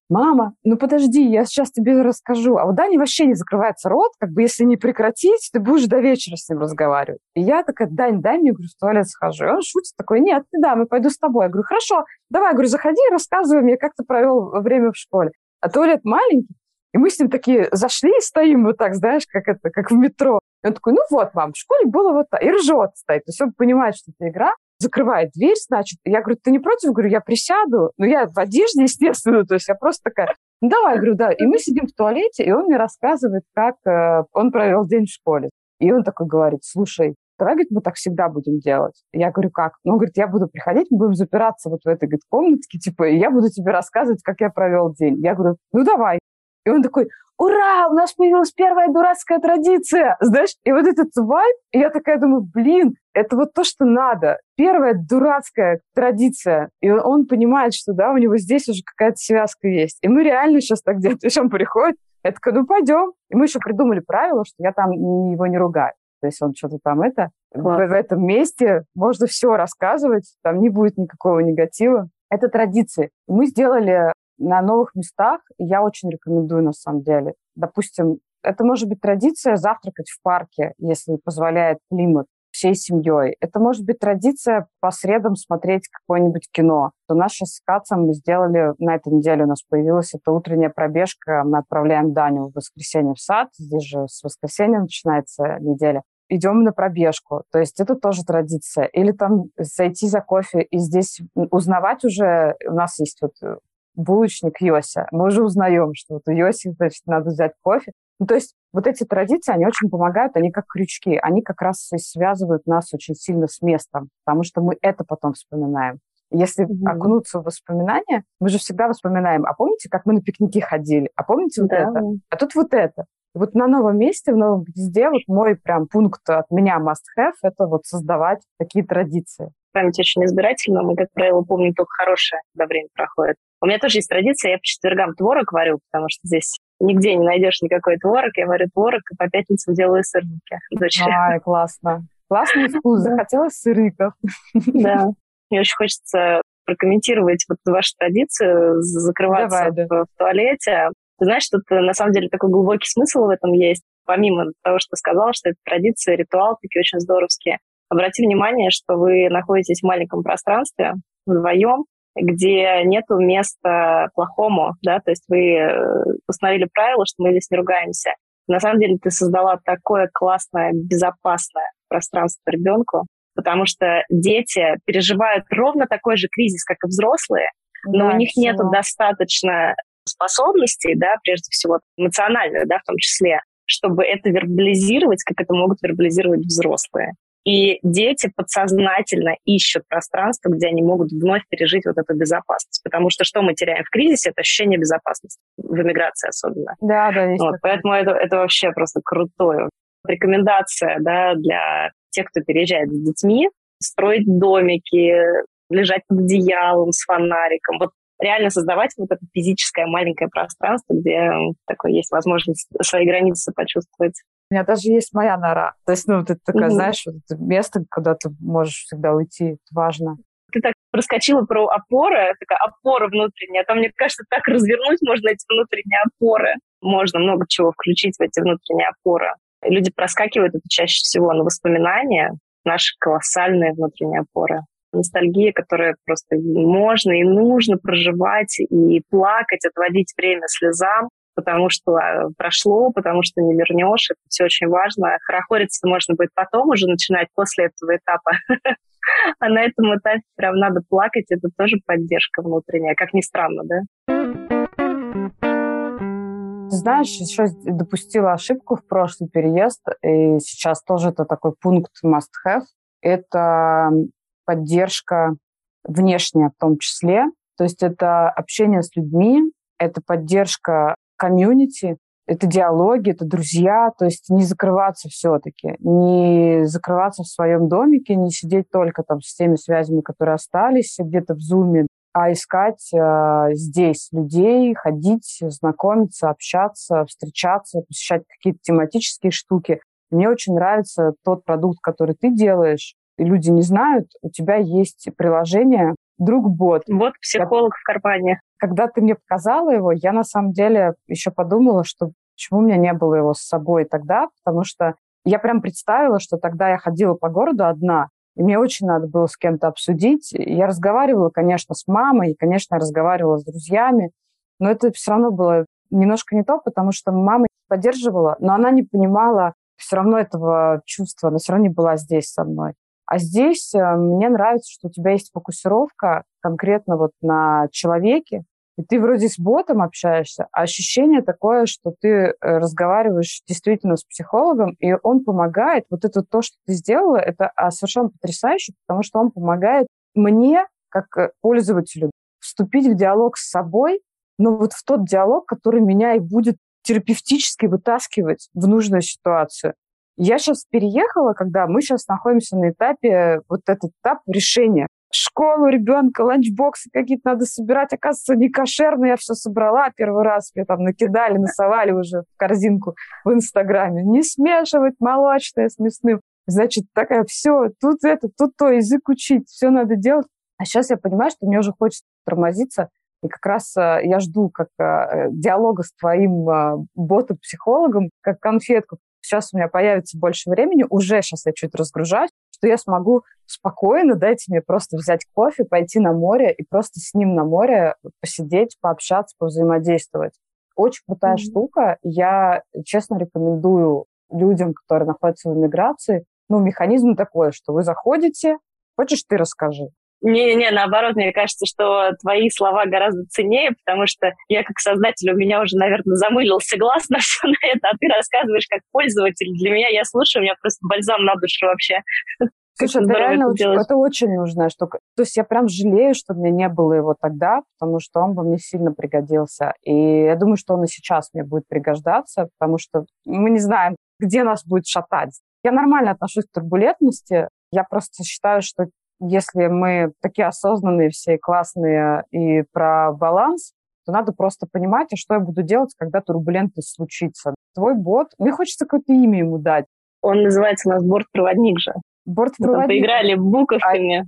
мама, ну подожди, я сейчас тебе расскажу. А у Дани вообще не закрывается рот, как бы если не прекратить, ты будешь до вечера с ним разговаривать. И я такая, Дань, дай мне, говорю, в туалет схожу. И он шутит такой, нет, ты дам, я пойду с тобой. Я говорю, хорошо, давай, говорю, заходи, рассказывай мне, как ты провел время в школе. А туалет маленький, и мы с ним такие зашли и стоим вот так, знаешь, как в метро. И он такой, ну вот, мам, в школе было вот так. И ржет стоит. То есть он понимает, что это игра. Закрывает дверь, значит. Я говорю, ты не против? Говорю, я присяду. Ну, я в одежде, естественно. То есть я просто такая, ну, давай, говорю, да. И мы сидим в туалете, и он мне рассказывает, как он провел день в школе. И он такой говорит, слушай, давай, говорит, мы так всегда будем делать. Я говорю, как? Ну, он говорит, я буду приходить, мы будем запираться вот в этой, говорит, комнатке, типа, и я буду тебе рассказывать, как я провел день. Я говорю, ну, давай. И он такой, ура, у нас появилась первая дурацкая традиция, знаешь, и вот этот вайб, и я такая думаю, блин, это вот то, что надо. Первая дурацкая традиция, и он понимает, что, да, у него здесь уже какая-то связка есть. И мы реально сейчас так делаем, то есть он приходит, я такая, ну, пойдем. И мы еще придумали правило, что я там его не ругаю. То есть он что-то там в этом месте можно все рассказывать, там не будет никакого негатива. Это традиции. Мы сделали на новых местах, и я очень рекомендую на самом деле. Допустим, это может быть традиция завтракать в парке, если позволяет климат, всей семьей. Это может быть традиция по средам смотреть какое-нибудь кино. У нас сейчас с Кацем мы сделали, на этой неделе у нас появилась эта утренняя пробежка. Мы отправляем Даню в воскресенье в сад. Здесь же с воскресенья начинается неделя. Идем на пробежку. То есть это тоже традиция. Или там зайти за кофе и здесь узнавать уже. У нас есть вот булочник Йося. Мы уже узнаем, что вот у Йоси, значит, надо взять кофе. Ну, то есть вот эти традиции, они очень помогают, они как крючки. Они как раз и связывают нас очень сильно с местом, потому что мы это потом вспоминаем. Если окунуться в воспоминания, мы же всегда вспоминаем, а помните, как мы на пикники ходили? А помните вот это? А тут вот это. И вот на новом месте, в новом гнезде, вот мой прям пункт от меня must-have – это вот создавать такие традиции. Память очень избирательна. Мы, как правило, помним только хорошее, когда время проходит. У меня тоже есть традиция, я по четвергам творог варю, потому что здесь нигде не найдешь никакой творог. Я варю творог, и по пятницам делаю сырники дочери. Ай, классно. Классный вкус. Захотелось сырников. Да. Мне очень хочется прокомментировать вот вашу традицию, закрываться в туалете. Ты знаешь, что на самом деле такой глубокий смысл в этом есть. Помимо того, что сказала, что это традиция, ритуал, такие очень здоровские. Обрати внимание, что вы находитесь в маленьком пространстве вдвоем, где нету места плохому, да, то есть вы установили правило, что мы здесь не ругаемся. На самом деле ты создала такое классное, безопасное пространство ребенку, потому что дети переживают ровно такой же кризис, как и взрослые, но у них нету достаточно способностей, да, прежде всего эмоциональных, да, в том числе, чтобы это вербализировать, как это могут вербализировать взрослые. И дети подсознательно ищут пространство, где они могут вновь пережить вот эту безопасность. Потому что что мы теряем в кризисе, это ощущение безопасности, в эмиграции особенно. Да, есть вот, поэтому это вообще просто крутое. Рекомендация, да, для тех, кто переезжает с детьми, строить домики, лежать под одеялом с фонариком. Вот реально создавать вот это физическое маленькое пространство, где такой есть возможность свои границы почувствовать. У меня даже есть моя нора. То есть, ну, ты такая, знаешь, вот это место, куда ты можешь всегда уйти. Это важно. Ты так проскочила про опоры, такая опора внутренняя. Там, мне кажется, так развернуть можно эти внутренние опоры. Можно много чего включить в эти внутренние опоры. Люди проскакивают это чаще всего на воспоминания, наши колоссальные внутренние опоры. Ностальгия, которая просто можно и нужно проживать и плакать, отводить время слезам, потому что прошло, потому что не вернешь. Это все очень важно. Хорохориться можно будет потом уже начинать после этого этапа. А на этом этапе прям надо плакать. Это тоже поддержка внутренняя, как ни странно, да? Знаешь, еще допустила ошибку в прошлый переезд, и сейчас тоже это такой пункт must-have. Это поддержка внешняя в том числе. То есть это общение с людьми, это поддержка комьюнити, это диалоги, это друзья. То есть не закрываться все-таки, не закрываться в своем домике, не сидеть только там с теми связями, которые остались где-то в Зуме, а искать здесь людей, ходить, знакомиться, общаться, встречаться, посещать какие-то тематические штуки. Мне очень нравится тот продукт, который ты делаешь, и люди не знают, у тебя есть приложение «Друг-бот». Вот психолог в кармане. Когда ты мне показала его, я на самом деле еще подумала, что почему у меня не было его с собой тогда, потому что я прям представила, что тогда я ходила по городу одна, и мне очень надо было с кем-то обсудить. Я разговаривала, конечно, с мамой, и, конечно, я разговаривала с друзьями, но это все равно было немножко не то, потому что мама поддерживала, но она не понимала все равно этого чувства, она все равно не была здесь со мной. А здесь мне нравится, что у тебя есть фокусировка конкретно вот на человеке, и ты вроде с ботом общаешься, а ощущение такое, что ты разговариваешь действительно с психологом, и он помогает. Вот это то, что ты сделала, это совершенно потрясающе, потому что он помогает мне, как пользователю, вступить в диалог с собой, но вот в тот диалог, который меня и будет терапевтически вытаскивать в нужную ситуацию. Я сейчас переехала, когда мы сейчас находимся на этапе, вот этот этап решения. Школу ребенка, ланчбоксы какие-то надо собирать. Оказывается, не кошерные, я все собрала первый раз. Мне там накидали, насовали уже в корзинку в Инстаграме. Не смешивать молочное с мясным. Значит, такая, все, тут это, тут то, язык учить, все надо делать. А сейчас я понимаю, что мне уже хочется тормозиться. И как раз я жду как диалога с твоим ботом-психологом, как конфетку. Сейчас у меня появится больше времени, уже сейчас я чуть разгружаюсь, что я смогу спокойно, дайте мне просто взять кофе, пойти на море и просто с ним на море посидеть, пообщаться, повзаимодействовать. Очень крутая штука. Я, честно, рекомендую людям, которые находятся в эмиграции, механизм такой, что вы заходите, хочешь, ты расскажи. Не-не, наоборот, мне кажется, что твои слова гораздо ценнее, потому что я как создатель, у меня уже, наверное, замылился глаз на все на это, а ты рассказываешь как пользователь. Для меня, я слушаю, у меня просто бальзам на душу вообще. Слушай, это реально это очень нужная штука. То есть я прям жалею, что у меня не было его тогда, потому что он бы мне сильно пригодился. И я думаю, что он и сейчас мне будет пригождаться, потому что мы не знаем, где нас будет шатать. Я нормально отношусь к турбулентности. Я просто считаю, что если мы такие осознанные все, классные и про баланс, то надо просто понимать, а что я буду делать, когда турбулентность случится. Твой бот, мне хочется какое-то имя ему дать. Он называется у нас бортпроводник же. Бортпроводник. Мы поиграли буковками.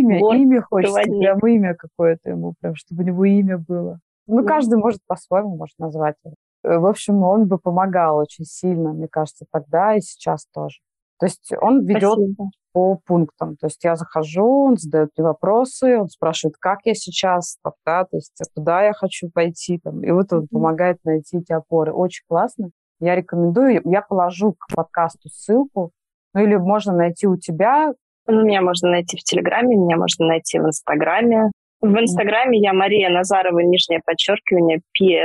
Имя хочется, прям имя какое-то ему, прям, чтобы у него имя было. Каждый может по-своему может назвать его. В общем, он бы помогал очень сильно, мне кажется, тогда и сейчас тоже. То есть он ведет по пунктам. То есть я захожу, он задает мне вопросы, он спрашивает, как я сейчас, то есть куда я хочу пойти. И вот он помогает найти эти опоры. Очень классно. Я рекомендую. Я положу к подкасту ссылку. Или можно найти у тебя. Меня можно найти в Телеграме, меня можно найти в Инстаграме. В Инстаграме я Мария Назарова, _,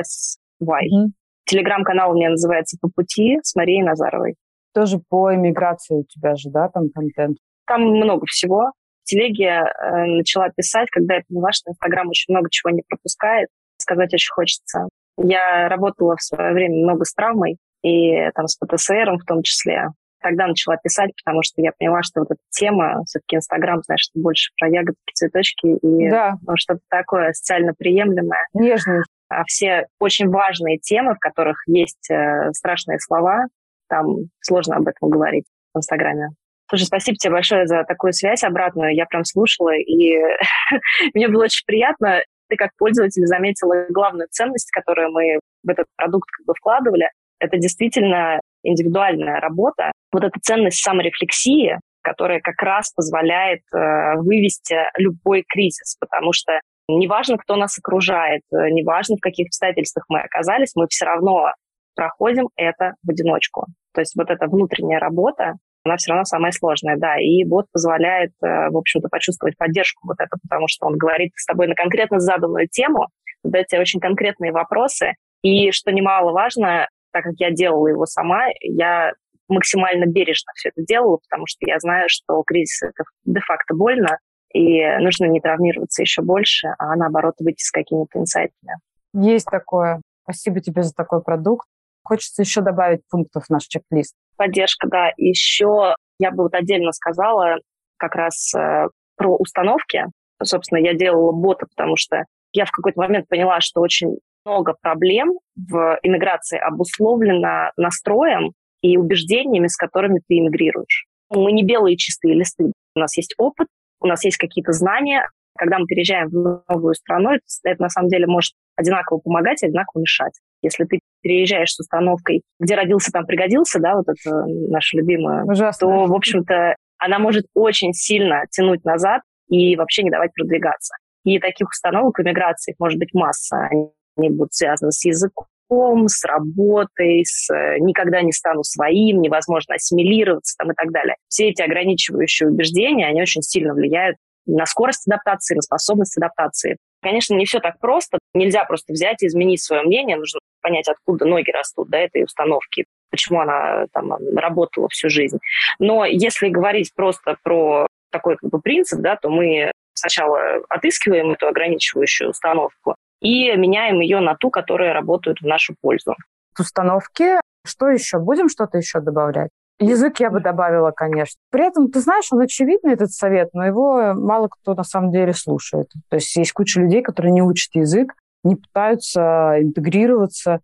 PSY. Телеграм-канал у меня называется «По пути» с Марией Назаровой. Тоже по эмиграции у тебя же, да, там контент? Там много всего. В телеге я начала писать, когда я поняла, что Инстаграм очень много чего не пропускает. Сказать очень хочется. Я работала в свое время много с травмой, и там с ПТСРом в том числе. Тогда начала писать, потому что я поняла, что вот эта тема, все-таки Инстаграм, знаешь, это больше про ягодки, цветочки и что-то такое социально приемлемое. Нежный. А все очень важные темы, в которых есть страшные слова, там сложно об этом говорить в Инстаграме. Слушай, спасибо тебе большое за такую связь обратную. Я прям слушала, и мне было очень приятно. Ты как пользователь заметила главную ценность, которую мы в этот продукт вкладывали. Это действительно индивидуальная работа. Вот эта ценность саморефлексии, которая как раз позволяет вывести любой кризис, потому что неважно, кто нас окружает, неважно, в каких обстоятельствах мы оказались, мы все равно проходим это в одиночку. То есть вот эта внутренняя работа, она все равно самая сложная, да, и бот позволяет, в общем-то, почувствовать поддержку вот это, потому что он говорит с тобой на конкретно заданную тему, задает тебе очень конкретные вопросы, и, что немаловажно, так как я делала его сама, я максимально бережно все это делала, потому что я знаю, что кризис — это де-факто больно, и нужно не травмироваться еще больше, а наоборот выйти с какими-то инсайтами. Есть такое. Спасибо тебе за такой продукт. Хочется еще добавить пунктов в наш чек-лист. Поддержка, да. Еще я бы вот отдельно сказала как раз про установки. Собственно, я делала бота, потому что я в какой-то момент поняла, что очень много проблем в иммиграции обусловлено настроем и убеждениями, с которыми ты иммигрируешь. Мы не белые чистые листы. У нас есть опыт, у нас есть какие-то знания, Когда мы переезжаем в новую страну, это на самом деле может одинаково помогать и одинаково мешать. Если ты переезжаешь с установкой, где родился, там пригодился, да, вот это наша любимая, Ужасно. то, в общем-то, она может очень сильно тянуть назад и вообще не давать продвигаться. И таких установок в эмиграции может быть масса. Они будут связаны с языком, с работой, с «никогда не стану своим», «невозможно ассимилироваться» там, и так далее. Все эти ограничивающие убеждения, они очень сильно влияют на скорость адаптации, на способность адаптации. Конечно, не все так просто. Нельзя просто взять и изменить свое мнение. Нужно понять, откуда ноги растут, да, этой установки, почему она там работала всю жизнь. Но если говорить просто про такой как бы принцип, да, то мы сначала отыскиваем эту ограничивающую установку и меняем ее на ту, которая работает в нашу пользу. Установки. Что еще? Будем что-то еще добавлять? Язык я бы добавила, конечно. При этом, ты знаешь, он очевидный, этот совет, но его мало кто на самом деле слушает. То есть есть куча людей, которые не учат язык, не пытаются интегрироваться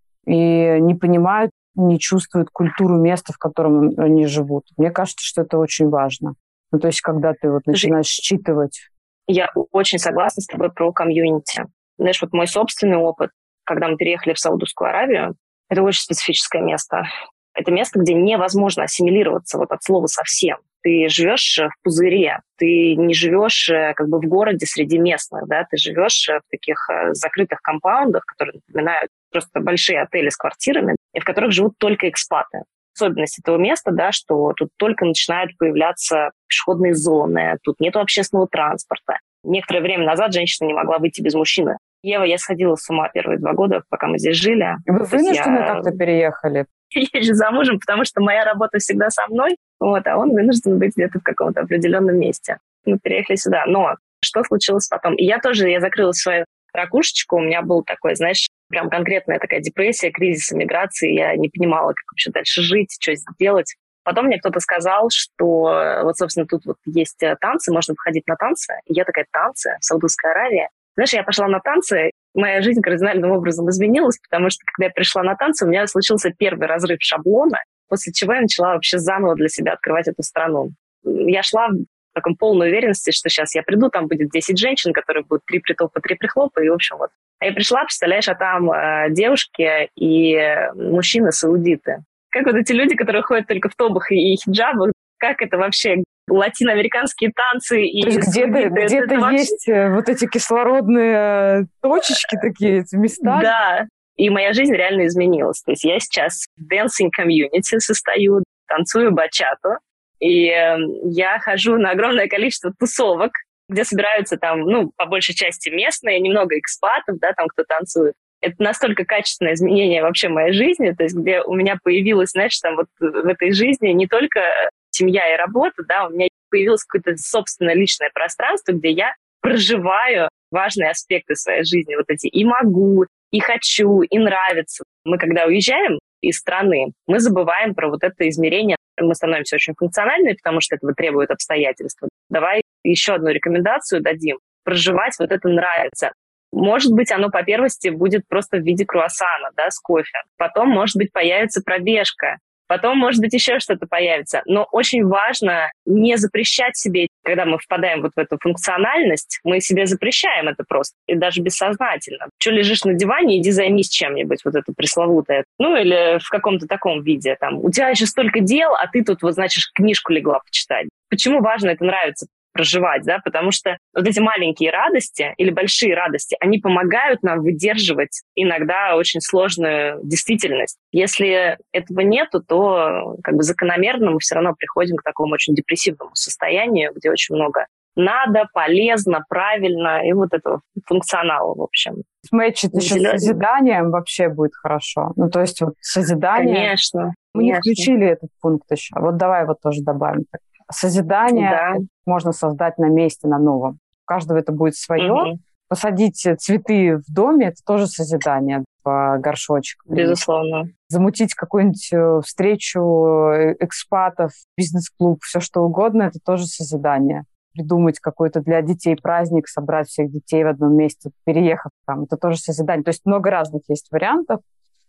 и не понимают, не чувствуют культуру места, в котором они живут. Мне кажется, что это очень важно. Ну, то есть когда ты вот начинаешь считывать. Я очень согласна с тобой про комьюнити. Знаешь, вот мой собственный опыт, когда мы переехали в Саудовскую Аравию, это очень специфическое место. Это место, где невозможно ассимилироваться вот от слова совсем. Ты живешь в пузыре, ты не живешь как бы в городе среди местных, да, ты живешь в таких закрытых компаундах, которые напоминают просто большие отели с квартирами, и в которых живут только экспаты. Особенность этого места, да, что тут только начинают появляться пешеходные зоны, тут нет общественного транспорта. Некоторое время назад женщина не могла выйти без мужчины. Ева, я сходила с ума первые 2 года, пока мы здесь жили. Вы вынуждены как-то переехали? Я же замужем, потому что моя работа всегда со мной, вот, а он вынужден быть где-то в каком-то определенном месте. Мы переехали сюда. Но что случилось потом? И я закрыла свою ракушечку, у меня был такой, знаешь, прям конкретная такая депрессия, кризис эмиграции, я не понимала, как вообще дальше жить, что сделать. Потом мне кто-то сказал, что вот, собственно, тут вот есть танцы, можно выходить на танцы. И я такая, танцы в Саудовской Аравии. Знаешь, я пошла на танцы, моя жизнь кардинальным образом изменилась, потому что, когда я пришла на танцы, у меня случился первый разрыв шаблона, после чего я начала вообще заново для себя открывать эту страну. Я шла в таком полной уверенности, что сейчас я приду, там будет 10 женщин, которые будут 3 притопа, 3 прихлопа, и, в общем, вот. А я пришла, представляешь, а там девушки и мужчины-саудиты. Как вот эти люди, которые ходят только в тобах и хиджабах, как это вообще латиноамериканские танцы и то есть где-то есть вообще... вот эти кислородные точечки такие, эти места? Да, и моя жизнь реально изменилась. То есть я сейчас в dancing community состою, танцую бачату, и я хожу на огромное количество тусовок, где собираются там, ну, по большей части местные, немного экспатов, да, там, кто танцует. Это настолько качественное изменение вообще моей жизни, то есть где у меня появилось, знаешь, там вот в этой жизни не только семья и работа, да, у меня появилось какое-то собственное личное пространство, где я проживаю важные аспекты своей жизни, вот эти и могу, и хочу, и нравится. Мы когда уезжаем из страны, мы забываем про вот это измерение. Мы становимся очень функциональными, потому что этого требуют обстоятельства. Давай еще одну рекомендацию дадим. Проживать вот это нравится. Может быть, оно по первости будет просто в виде круассана, да, с кофе. Потом, может быть, появится пробежка. Потом, может быть, еще что-то появится. Но очень важно не запрещать себе, когда мы впадаем вот в эту функциональность, мы себе запрещаем это просто, и даже бессознательно. Что лежишь на диване, иди займись чем-нибудь, вот это пресловутое. Ну, или в каком-то таком виде. Там, у тебя еще столько дел, а ты тут, вот, значит, книжку легла почитать. Почему важно это нравится проживать, да, потому что вот эти маленькие радости или большие радости, они помогают нам выдерживать иногда очень сложную действительность. Если этого нету, то как бы закономерно мы все равно приходим к такому очень депрессивному состоянию, где очень много надо, полезно, правильно, и вот этого функционала, в общем. Мэчить еще с созиданием вообще будет хорошо. Ну, то есть вот созидание... Конечно. Мы не включили этот пункт еще. Вот давай вот тоже добавим. Созидание да. можно создать на месте, на новом. У каждого это будет свое. Угу. Посадить цветы в доме – это тоже созидание в горшочек. Безусловно. Замутить какую-нибудь встречу экспатов, бизнес-клуб, все что угодно – это тоже созидание. Придумать какой-то для детей праздник, собрать всех детей в одном месте, переехав там – это тоже созидание. То есть много разных есть вариантов.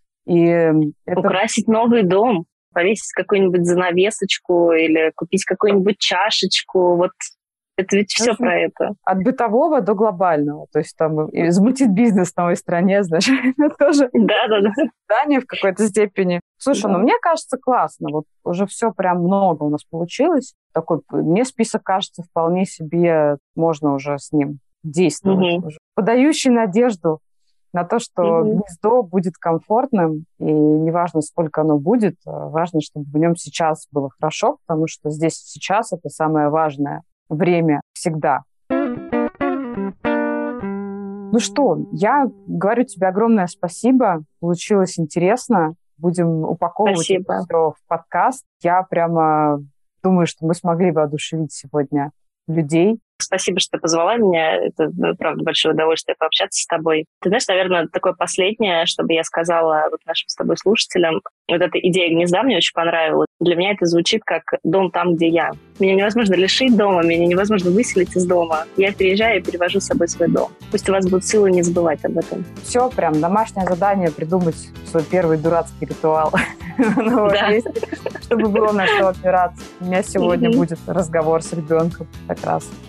И это... Украсить новый дом. Повесить какую-нибудь занавесочку или купить какую-нибудь чашечку. Вот Это ведь все про это. От бытового до глобального. То есть там замутить бизнес в новой стране, знаешь, это тоже задание в какой-то степени. Слушай, мне кажется, классно. Вот уже все прям много у нас получилось. Такой, мне список кажется вполне себе, можно уже с ним действовать. Уже. Подающий надежду на то, что гнездо будет комфортным, и неважно, сколько оно будет, важно, чтобы в нем сейчас было хорошо, потому что здесь сейчас это самое важное время всегда. Ну что, я говорю тебе огромное спасибо, получилось интересно, будем упаковывать это все в подкаст. Я прямо думаю, что мы смогли воодушевить сегодня людей. Спасибо, что ты позвала меня. Это, правда, большое удовольствие пообщаться с тобой. Ты знаешь, наверное, такое последнее, чтобы я сказала вот нашим с тобой слушателям. Вот эта идея гнезда мне очень понравилась. Для меня это звучит как дом там, где я. Меня невозможно лишить дома, меня невозможно выселить из дома. Я переезжаю и перевожу с собой свой дом. Пусть у вас будут силы не забывать об этом. Все, прям домашнее задание придумать свой первый дурацкий ритуал на новом месте, чтобы было на что опираться. У меня сегодня будет разговор с ребенком как раз.